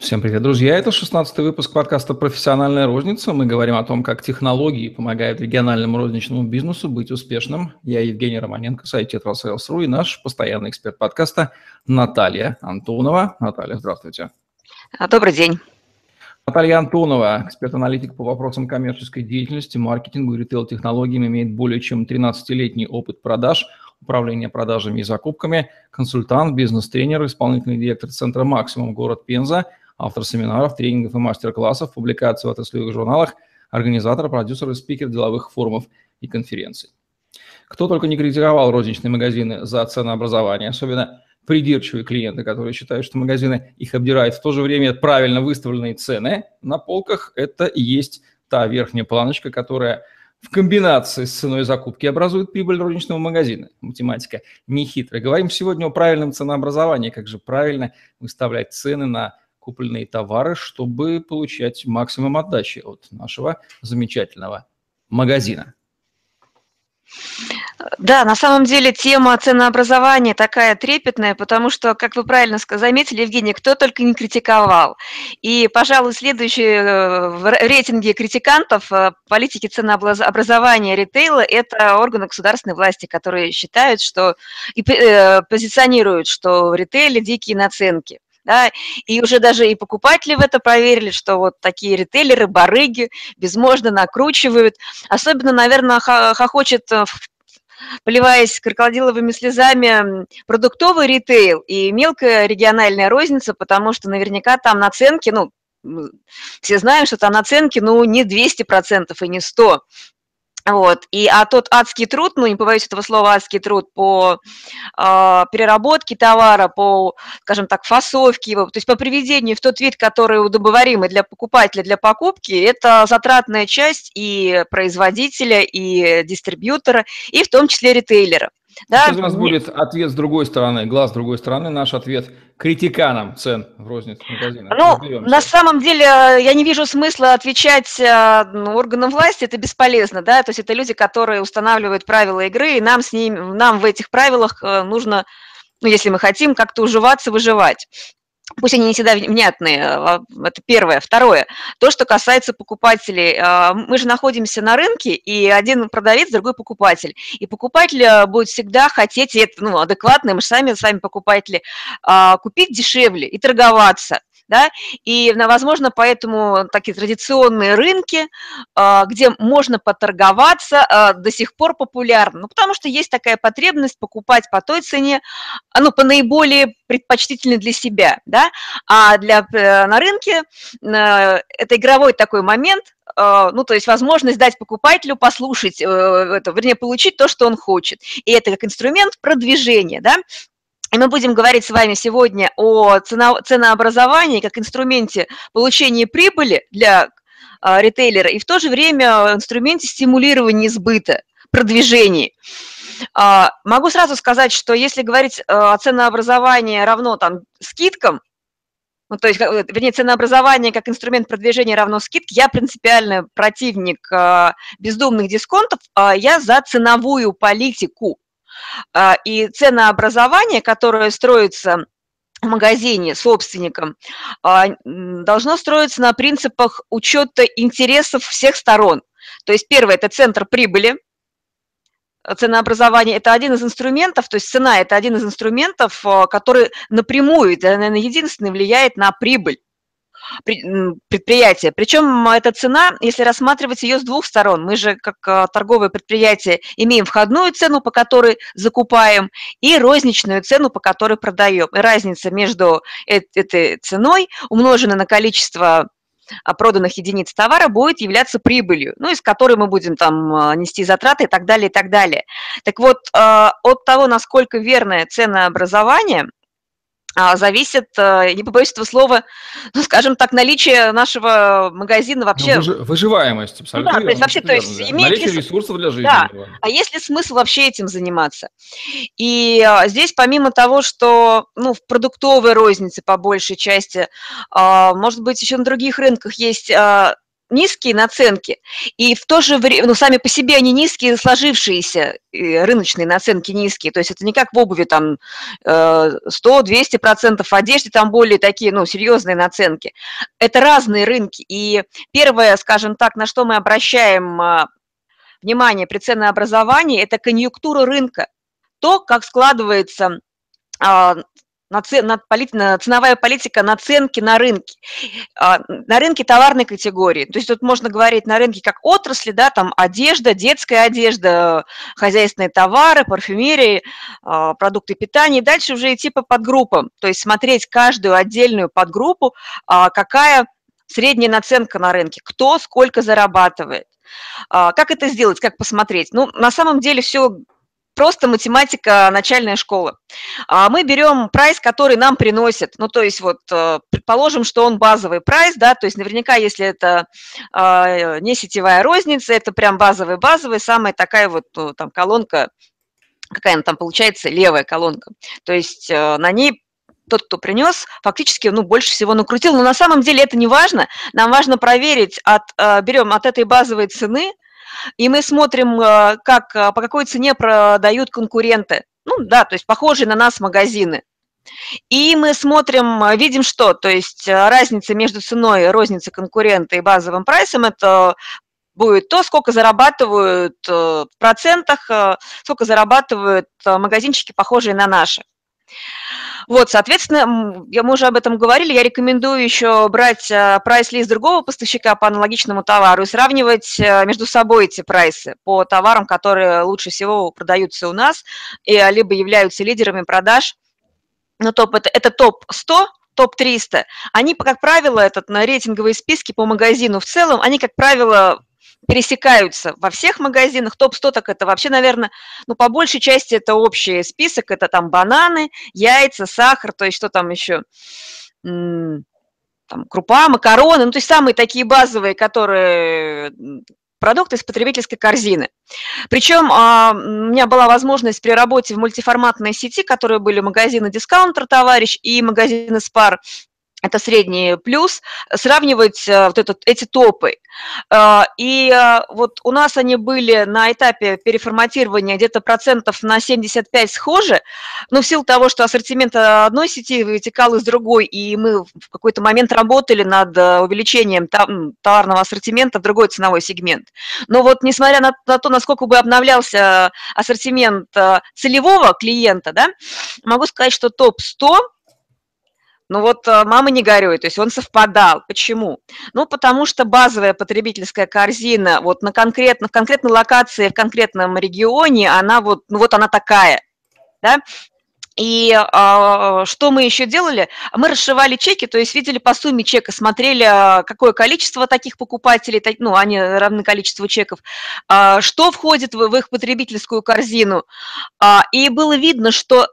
Всем привет, друзья! Это 16-й выпуск подкаста «Профессиональная розница». Мы говорим о том, как технологии помогают региональному розничному бизнесу быть успешным. Я Евгений Романенко, сайт Tetrasales.ru и наш постоянный эксперт подкаста Наталья Антонова. Наталья, здравствуйте. Добрый день. Наталья Антонова, эксперт-аналитик по вопросам коммерческой деятельности, маркетингу и ритейл-технологиям, имеет более чем 13-летний опыт продаж, управления продажами и закупками, консультант, бизнес-тренер, исполнительный директор центра «Максимум», город Пенза, автор семинаров, тренингов и мастер-классов, публикаций в отраслевых журналах, организатор, продюсер и спикер деловых форумов и конференций. Кто только не критиковал розничные магазины за ценообразование, особенно придирчивые клиенты, которые считают, что магазины их обдирают. В то же время правильно выставленные цены на полках – это и есть та верхняя планочка, которая в комбинации с ценой закупки образует прибыль розничного магазина. Математика нехитрая. Говорим сегодня о правильном ценообразовании, как же правильно выставлять цены на купленные товары, чтобы получать максимум отдачи от нашего замечательного магазина. Да, на самом деле тема ценообразования такая трепетная, потому что, как вы правильно заметили, Евгений, кто только не критиковал. И, пожалуй, следующий в рейтинге критикантов политики ценообразования ритейла – это органы государственной власти, которые считают, что и позиционируют, что в ритейле дикие наценки. Да, и уже даже и покупатели в это поверили, что вот такие ритейлеры, барыги, безможно накручивают. Особенно, наверное, хохочет, поливаясь крокодиловыми слезами, продуктовый ритейл и мелкая региональная розница, потому что наверняка там наценки, все знаем, что там наценки, не 200% и не 100%. Вот. А тот адский труд, не побоюсь этого слова, адский труд по переработке товара, по, скажем так, фасовке его, то есть по приведению в тот вид, который удобоваримый для покупателя, для покупки, это затратная часть и производителя, и дистрибьютора, и в том числе ритейлера. Да? Сейчас у нас будет ответ с другой стороны, глаз с другой стороны, наш ответ критиканам цен в розницах магазинах. На самом деле я не вижу смысла отвечать органам власти, это бесполезно, да, то есть это люди, которые устанавливают правила игры, и нам в этих правилах нужно, если мы хотим как-то уживаться, выживать. Пусть они не всегда внятные, это первое. Второе, то, что касается покупателей. Мы же находимся на рынке, и один продавец, другой покупатель. И покупатель будет всегда хотеть, и это адекватно, мы же сами с вами покупатели, купить дешевле и торговаться. Да? И, возможно, поэтому такие традиционные рынки, где можно поторговаться, до сих пор популярны. Потому что есть такая потребность покупать по той цене, по наиболее предпочтительной для себя. Да? А на рынке это игровой такой момент, то есть возможность дать покупателю послушать, получить то, что он хочет. И это как инструмент продвижения, да? И мы будем говорить с вами сегодня о ценообразовании как инструменте получения прибыли для ритейлера и в то же время инструменте стимулирования сбыта, продвижения. Могу сразу сказать, что если говорить о ценообразовании равно скидкам, ценообразование как инструмент продвижения равно скидке, я принципиально противник бездумных дисконтов, я за ценовую политику. И ценообразование, которое строится в магазине собственником, должно строиться на принципах учета интересов всех сторон. То есть первое – это центр прибыли. Ценообразование – это один из инструментов, то есть цена – это один из инструментов, который напрямую, это, наверное, единственный, влияет на прибыль предприятия. Причем эта цена, если рассматривать ее с двух сторон, мы же как торговое предприятие имеем входную цену, по которой закупаем, и розничную цену, по которой продаем. И разница между этой ценой, умноженной на количество проданных единиц товара, будет являться прибылью, из которой мы будем нести затраты и так далее, и так далее. Так вот, от того, насколько верное ценообразование, зависит, не побоюсь этого слова, скажем так, наличие нашего магазина вообще... Выживаемость, абсолютно. То есть вообще, наличие ресурсов для жизни. Да, а есть ли смысл вообще этим заниматься? И здесь помимо того, что в продуктовой рознице по большей части, может быть, еще на других рынках есть низкие наценки, и в то же время, ну, сами по себе они низкие, сложившиеся рыночные наценки низкие, то есть это не как в обуви там 100-200%, в одежде там более такие, ну, серьезные наценки. Это разные рынки, и первое, скажем так, на что мы обращаем внимание при ценообразовании, это конъюнктура рынка, то, как складывается ценовая политика наценки на рынке товарной категории. То есть тут можно говорить на рынке как отрасли, да, там одежда, детская одежда, хозяйственные товары, парфюмерия, продукты питания. И дальше уже идти по подгруппам, то есть смотреть каждую отдельную подгруппу, какая средняя наценка на рынке, кто сколько зарабатывает. Как это сделать, как посмотреть? Ну, на самом деле все просто математика, начальная школа. Мы берем прайс, который нам приносит. Ну, то есть вот предположим, что он базовый прайс, да, то есть наверняка, если это не сетевая розница, это прям базовый, самая такая вот там колонка, какая она там получается, левая колонка. То есть на ней тот, кто принес, фактически, ну, больше всего накрутил. Но на самом деле это не важно. Нам важно проверить, берем от этой базовой цены, и мы смотрим, по какой цене продают конкуренты. Ну да, то есть похожие на нас магазины. И мы смотрим, видим что? То есть разница между ценой розницы конкурента и базовым прайсом – это будет то, сколько зарабатывают в процентах, сколько зарабатывают магазинчики, похожие на наши. Вот, соответственно, мы уже об этом говорили, я рекомендую еще брать прайс-лист другого поставщика по аналогичному товару и сравнивать между собой эти прайсы по товарам, которые лучше всего продаются у нас, либо являются лидерами продаж. Ну, это топ-100, топ-300. Они, как правило, рейтинговые списки по магазину в целом, они, как правило, пересекаются во всех магазинах. Топ-100, так это вообще, наверное, ну, по большей части это общий список, это там бананы, яйца, сахар, то есть что там еще, там, крупа, макароны, ну, то есть самые такие базовые, которые продукты из потребительской корзины. Причем у меня была возможность при работе в мультиформатной сети, которые были магазины «Дискаунтер», «Товарищ» и магазины «Спар», это средний плюс, сравнивать эти топы. И вот у нас они были на этапе переформатирования где-то процентов на 75 схожи, но в силу того, что ассортимент одной сети вытекал из другой, и мы в какой-то момент работали над увеличением товарного ассортимента в другой ценовой сегмент. Но вот несмотря на то, насколько бы обновлялся ассортимент целевого клиента, да, могу сказать, что топ-100, ну вот мама не горюй, то есть он совпадал. Почему? Ну, потому что базовая потребительская корзина вот в конкретной локации, в конкретном регионе, она вот, ну вот она такая, да. И что мы еще делали? Мы расшивали чеки, то есть видели по сумме чека, смотрели, какое количество таких покупателей, ну, они равны количеству чеков, что входит в их потребительскую корзину. И было видно, что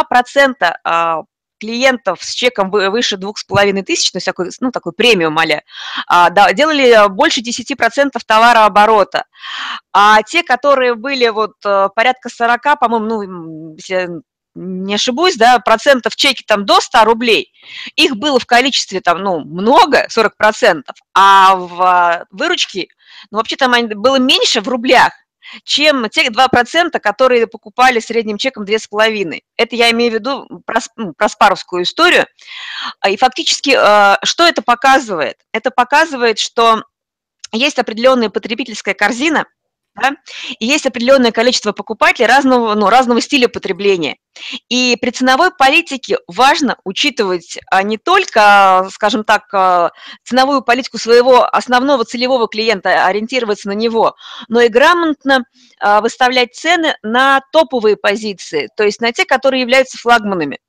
2% клиентов с чеком выше 2500, то есть такой, ну, такой премиум делали больше 10% товарооборота. А те, которые были вот порядка 40, по-моему, ну, если не ошибусь, да, процентов чеки там до 100 рублей, их было в количестве там, ну, много, 40%, а в выручке, ну, вообще там было меньше в рублях, чем те 2%, которые покупали средним чеком 2,5. Это я имею в виду про спаровскую историю. И фактически, что это показывает? Это показывает, что есть определенная потребительская корзина, да, и есть определенное количество покупателей разного стиля потребления. И при ценовой политике важно учитывать не только, скажем так, ценовую политику своего основного целевого клиента, ориентироваться на него, но и грамотно выставлять цены на топовые позиции, то есть на те, которые являются флагманами.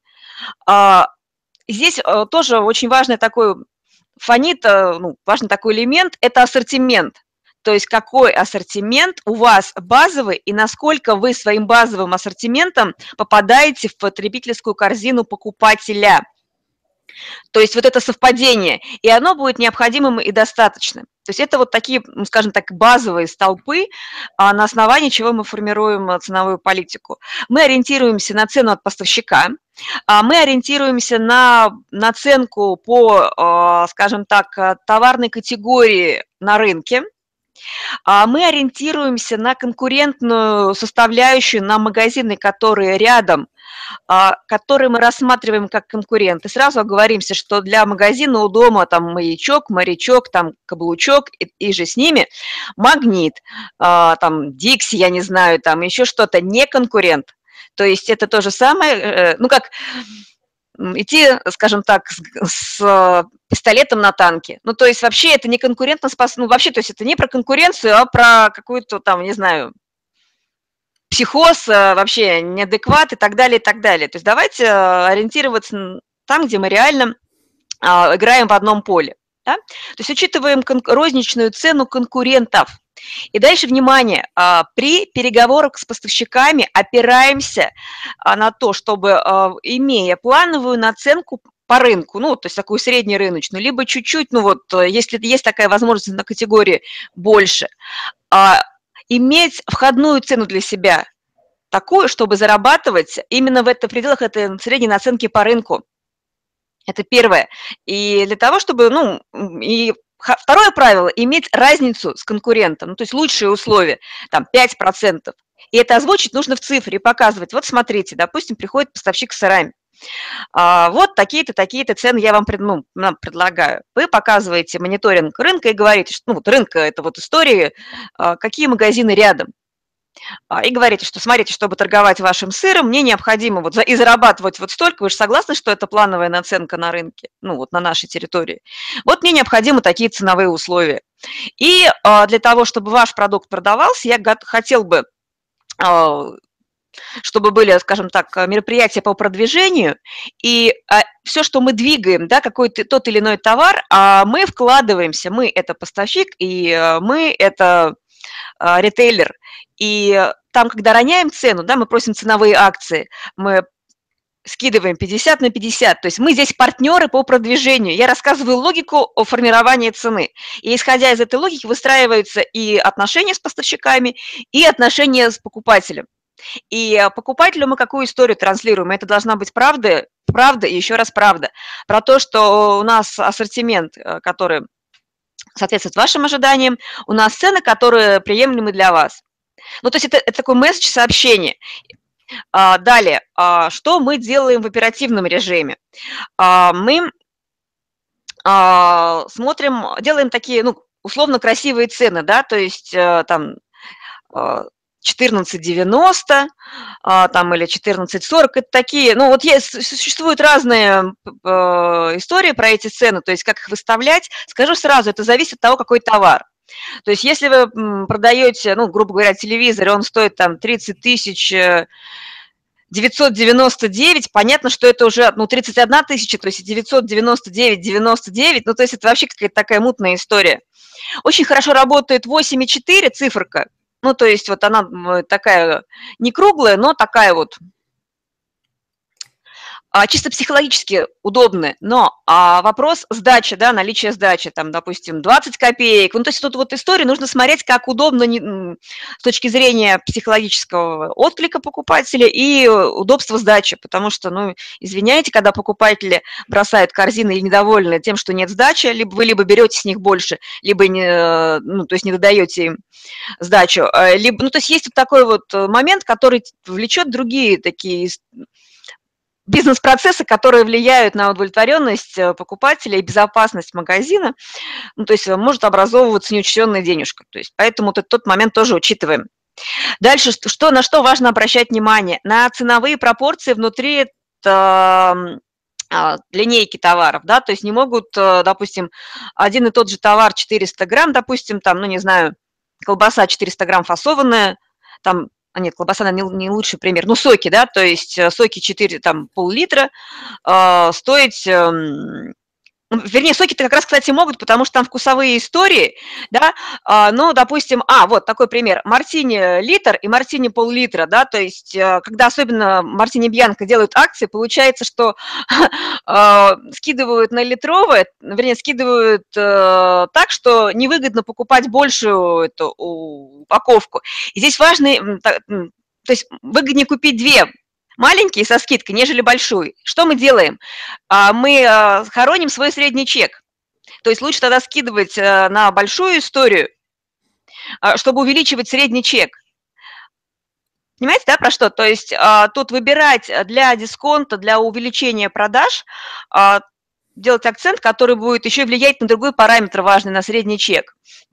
Здесь тоже очень важный такой важный такой элемент – это ассортимент. То есть какой ассортимент у вас базовый и насколько вы своим базовым ассортиментом попадаете в потребительскую корзину покупателя. То есть вот это совпадение, и оно будет необходимым и достаточным. То есть это вот такие, скажем так, базовые столпы, на основании чего мы формируем ценовую политику. Мы ориентируемся на цену от поставщика, мы ориентируемся на наценку по, скажем так, товарной категории на рынке, мы ориентируемся на конкурентную составляющую, на магазины, которые рядом, которые мы рассматриваем как конкуренты. Сразу оговоримся, что для магазина у дома там маячок, морячок, там каблучок и же с ними Магнит, там Дикси, я не знаю, там еще что-то, не конкурент. То есть это то же самое, ну как идти, скажем так, с пистолетом на танке. Ну, то есть вообще это не конкурентоспособно, ну, вообще, то есть это не про конкуренцию, а про какую-то там, не знаю, психоз, вообще неадекват и так далее, и так далее. То есть давайте ориентироваться там, где мы реально играем в одном поле. Да? То есть учитываем розничную цену конкурентов. И дальше, внимание, при переговорах с поставщиками опираемся на то, чтобы, имея плановую наценку по рынку, ну, то есть такую среднерыночную, либо чуть-чуть, ну вот, если есть такая возможность на категории больше, иметь входную цену для себя такую, чтобы зарабатывать именно в пределах этой средней наценки по рынку. Это первое. И для того, чтобы, ну, и второе правило – иметь разницу с конкурентом, ну, то есть лучшие условия, там, 5%. И это озвучить нужно в цифре и показывать. Вот смотрите, допустим, приходит поставщик с сырами. Вот такие-то цены я вам предлагаю. Вы показываете мониторинг рынка и говорите, что ну, вот рынка – это вот истории, какие магазины рядом. И говорите, что смотрите, чтобы торговать вашим сыром, мне необходимо вот и зарабатывать вот столько, вы же согласны, что это плановая наценка на рынке, ну вот на нашей территории. Вот мне необходимы такие ценовые условия. И для того, чтобы ваш продукт продавался, я хотел бы, чтобы были, скажем так, мероприятия по продвижению, и все, что мы двигаем, да, какой-то тот или иной товар, мы вкладываемся, мы – это поставщик, и мы – это ритейлер. И там, когда роняем цену, да, мы просим ценовые акции, мы скидываем 50 на 50, то есть мы здесь партнеры по продвижению. Я рассказываю логику о формировании цены. И исходя из этой логики выстраиваются и отношения с поставщиками, и отношения с покупателем. И покупателю мы какую историю транслируем? Это должна быть правда и еще раз правда. Про то, что у нас ассортимент, который соответствует вашим ожиданиям, у нас цены, которые приемлемы для вас. Ну, то есть это такой месседж сообщения. Далее, что мы делаем в оперативном режиме? Мы смотрим, делаем такие, ну, условно красивые цены, да, то есть там 14,90 там, или 14,40, это такие, ну вот существуют разные истории про эти цены, то есть как их выставлять. Скажу сразу, это зависит от того, какой товар. То есть если вы продаете, ну, грубо говоря, телевизор, и он стоит там 30 999, понятно, что это уже, ну, 31 тысяча, то есть 999,99, ну, то есть это вообще какая-то такая мутная история. Очень хорошо работает 8,4 циферка, ну, то есть вот она такая не круглая, но такая вот чисто психологически удобны, но вопрос сдачи, да, наличие сдачи, там, допустим, 20 копеек, ну, то есть тут вот историю нужно смотреть, как удобно с точки зрения психологического отклика покупателя и удобства сдачи, потому что, ну, извиняйте, когда покупатели бросают корзины и недовольны тем, что нет сдачи, либо вы берете с них больше, либо не, ну, то есть не додаете им сдачу, либо, ну, то есть есть вот такой вот момент, который влечет другие такие бизнес-процессы, которые влияют на удовлетворенность покупателя и безопасность магазина, ну, то есть может образовываться неучтенная денежка. То есть поэтому тот момент тоже учитываем. Дальше, на что важно обращать внимание? На ценовые пропорции внутри линейки товаров, да, то есть не могут, допустим, один и тот же товар 400 грамм, допустим, там, ну, не знаю, колбаса 400 грамм фасованная, там, нет, колбаса, наверное, не лучший пример. Ну, соки, да, то есть соки 4, там, пол-литра стоить... Вернее, соки-то как раз, кстати, могут, потому что там вкусовые истории, да, ну, допустим, вот такой пример, мартини литр и мартини пол-литра, да, то есть, когда особенно мартини бьянко делают акции, получается, что скидывают на литровое, вернее, скидывают так, что невыгодно покупать большую эту упаковку. И здесь важно, то есть выгоднее купить две маленькие со скидкой, нежели большую. Что мы делаем? Мы хороним свой средний чек. То есть лучше тогда скидывать на большую историю, чтобы увеличивать средний чек. Понимаете, да, про что? То есть тут выбирать для дисконта, для увеличения продаж, делать акцент, который будет еще влиять на другой параметр важный, на средний чек.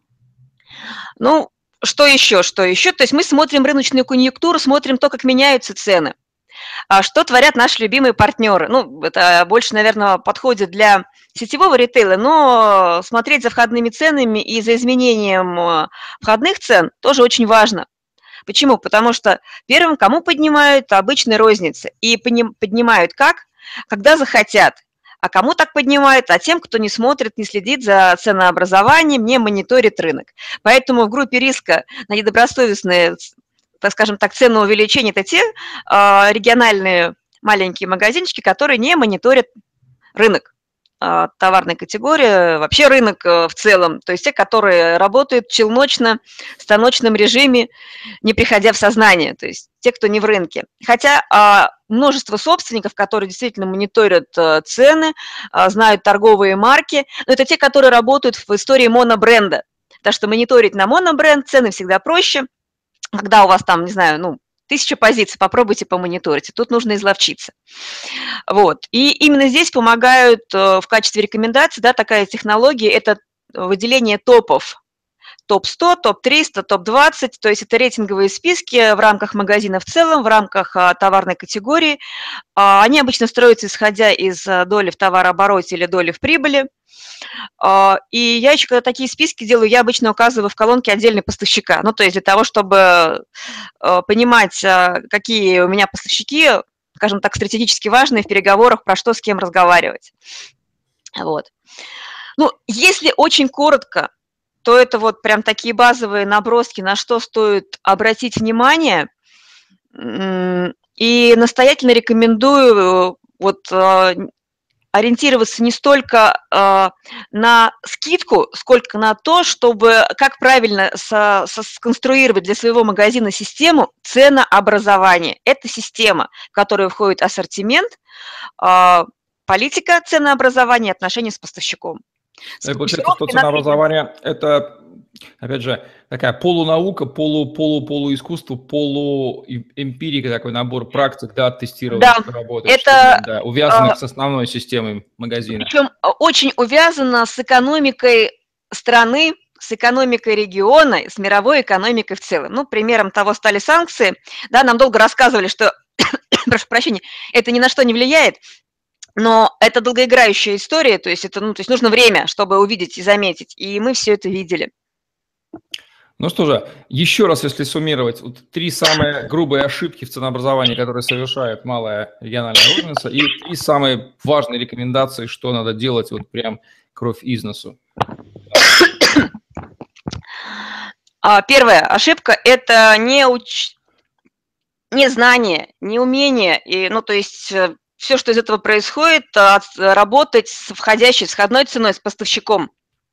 Ну, что еще? То есть мы смотрим рыночную конъюнктуру, смотрим то, как меняются цены. Что творят наши любимые партнеры? Ну, это больше, наверное, подходит для сетевого ритейла, но смотреть за входными ценами и за изменением входных цен тоже очень важно. Почему? Потому что первым, кому поднимают, обычные розницы. И поднимают как? Когда захотят. А кому так поднимают? А тем, кто не смотрит, не следит за ценообразованием, не мониторит рынок. Поэтому в группе риска на недобросовестные, так скажем так, ценоувеличения – это те региональные маленькие магазинчики, которые не мониторят рынок, товарной категории, вообще рынок в целом, то есть те, которые работают челночно, станочном режиме, не приходя в сознание, то есть те, кто не в рынке. Хотя множество собственников, которые действительно мониторят цены, знают торговые марки, но это те, которые работают в истории монобренда, потому что мониторить на монобренд цены всегда проще, когда у вас там, не знаю, 1000 позиций, попробуйте помониторить. Тут нужно изловчиться. Вот. И именно здесь помогают в качестве рекомендаций, да, такая технология, это выделение топов. Топ-100, топ-300, топ-20, то есть это рейтинговые списки в рамках магазина в целом, в рамках товарной категории. Они обычно строятся исходя из доли в товарообороте или доли в прибыли. И я еще, когда такие списки делаю, я обычно указываю в колонке отдельный поставщика. Ну, то есть для того, чтобы понимать, какие у меня поставщики, скажем так, стратегически важные в переговорах, про что с кем разговаривать. Вот. Ну, если очень коротко, то это вот прям такие базовые наброски, на что стоит обратить внимание. И настоятельно рекомендую вот ориентироваться не столько на скидку, сколько на то, чтобы как правильно сконструировать для своего магазина систему ценообразования. Это система, в которую входит ассортимент, политика ценообразования, отношения с поставщиком. Получается, что ценообразование – это, опять же, такая полунаука, полуискусство, полуэмпирика, такой набор практик, да, тестирования, да, что работает, это, что, да, увязанных с основной системой магазина. Причем очень увязано с экономикой страны, с экономикой региона, с мировой экономикой в целом. Ну, примером того стали санкции. Да, нам долго рассказывали, что, прошу прощения, это ни на что не влияет. Но это долгоиграющая история, то есть это, то есть нужно время, чтобы увидеть и заметить, и мы все это видели. Ну что же, еще раз, если суммировать, вот 3 самые грубые ошибки в ценообразовании, которые совершает малая региональная розница, и 3 самые важные рекомендации, что надо делать вот прям кровь из носу. Первая ошибка – это незнание, неумение, и, то есть все, что из этого происходит, работать с входящей, с входной ценой, с поставщиком.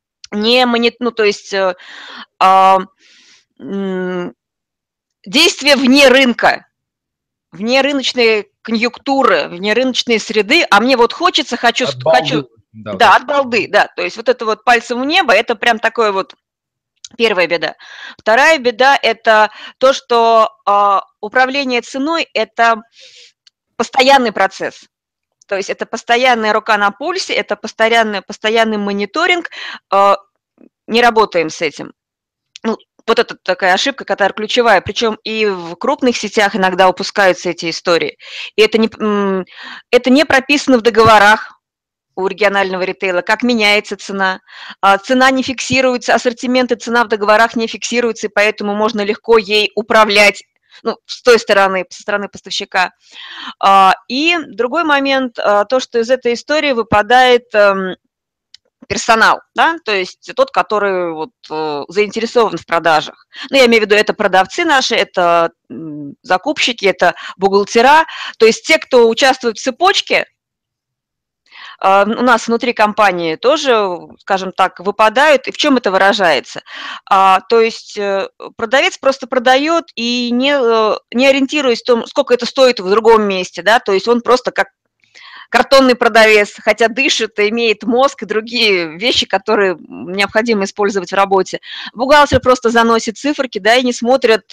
Действие вне рынка, вне рыночной конъюнктуры, вне рыночной среды, а мне вот хочу. Да, от балды, да. То есть вот это вот пальцем в небо, это прям такое вот первая беда. Вторая беда – это то, что управление ценой – это постоянный процесс. То есть это постоянная рука на пульсе, это постоянный мониторинг. Не работаем с этим. Вот это такая ошибка, которая ключевая. Причем и в крупных сетях иногда упускаются эти истории. И это не прописано в договорах у регионального ритейла, как меняется цена. Цена не фиксируется, ассортимент и цена в договорах не фиксируются, и поэтому можно легко ей управлять. С той стороны, со стороны поставщика. И другой момент, то, что из этой истории выпадает персонал, да, то есть тот, который вот заинтересован в продажах. Я имею в виду, это продавцы наши, это закупщики, это бухгалтера, то есть те, кто участвует в цепочке, у нас внутри компании тоже, скажем так, выпадают. И в чем это выражается? То есть продавец просто продает и не ориентируясь в том, сколько это стоит в другом месте, да, то есть он просто как картонный продавец, хотя дышит, имеет мозг и другие вещи, которые необходимо использовать в работе. Бухгалтер просто заносит циферки, да, и не смотрит,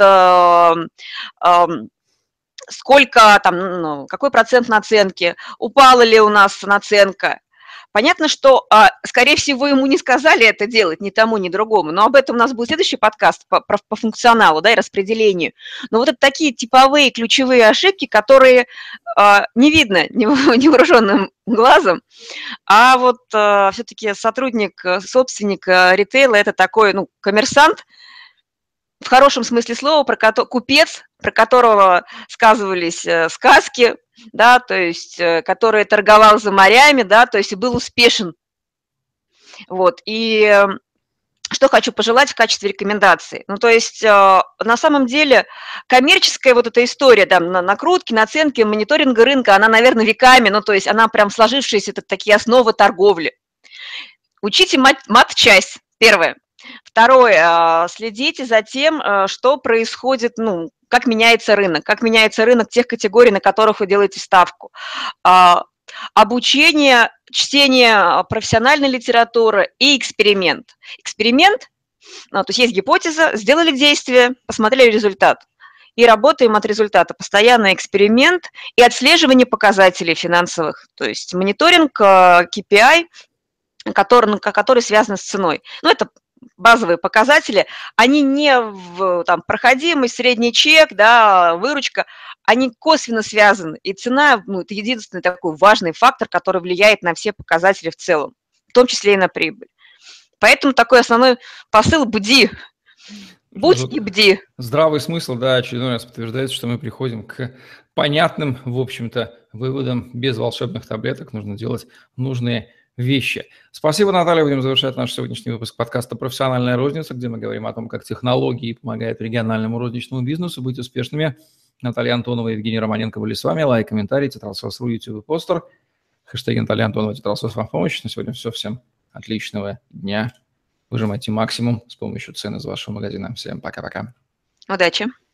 сколько там, ну, какой процент наценки, упала ли у нас наценка. Понятно, что, скорее всего, ему не сказали это делать ни тому, ни другому, но об этом у нас будет следующий подкаст по функционалу, да, и распределению. Но вот это такие типовые ключевые ошибки, которые не видно невооруженным глазом, а вот все-таки сотрудник, собственник ритейла – это такой, ну, коммерсант, в хорошем смысле слова, купец, про которого сказывались сказки, да, то есть который торговал за морями, да, то есть и был успешен. Вот, и что хочу пожелать в качестве рекомендации. Ну, то есть на самом деле коммерческая вот эта история, да, накрутки, наценки, мониторинга рынка, она, наверное, веками, ну, то есть она прям сложившаяся, это такие основы торговли. Учите мат-часть, первое. Второе, следите за тем, что происходит, ну, как меняется рынок тех категорий, на которых вы делаете ставку. Обучение, чтение профессиональной литературы и эксперимент. Эксперимент, то есть гипотеза, сделали действие, посмотрели результат. И работаем от результата. Постоянный эксперимент и отслеживание показателей финансовых. То есть мониторинг, KPI, который связан с ценой. Ну, это базовые показатели, они не в там, проходимость, средний чек, да, выручка, они косвенно связаны. И цена, ну, это единственный такой важный фактор, который влияет на все показатели в целом, в том числе и на прибыль. Поэтому такой основной посыл – бди. Будь и бди. Здравый смысл, да, очередной раз подтверждается, что мы приходим к понятным, в общем-то, выводам. Без волшебных таблеток нужно делать нужные вещи. Спасибо, Наталья. Будем завершать наш сегодняшний выпуск подкаста «Профессиональная розница», где мы говорим о том, как технологии помогают региональному розничному бизнесу быть успешными. Наталья Антонова и Евгений Романенко были с вами. Лайк, комментарий, Тетрасос.ру, YouTube и постер. Хэштеги Наталья Антонова, Тетрасос вам в помощь. На сегодня все. Всем отличного дня. Выжимайте максимум с помощью цен из вашего магазина. Всем пока-пока. Удачи.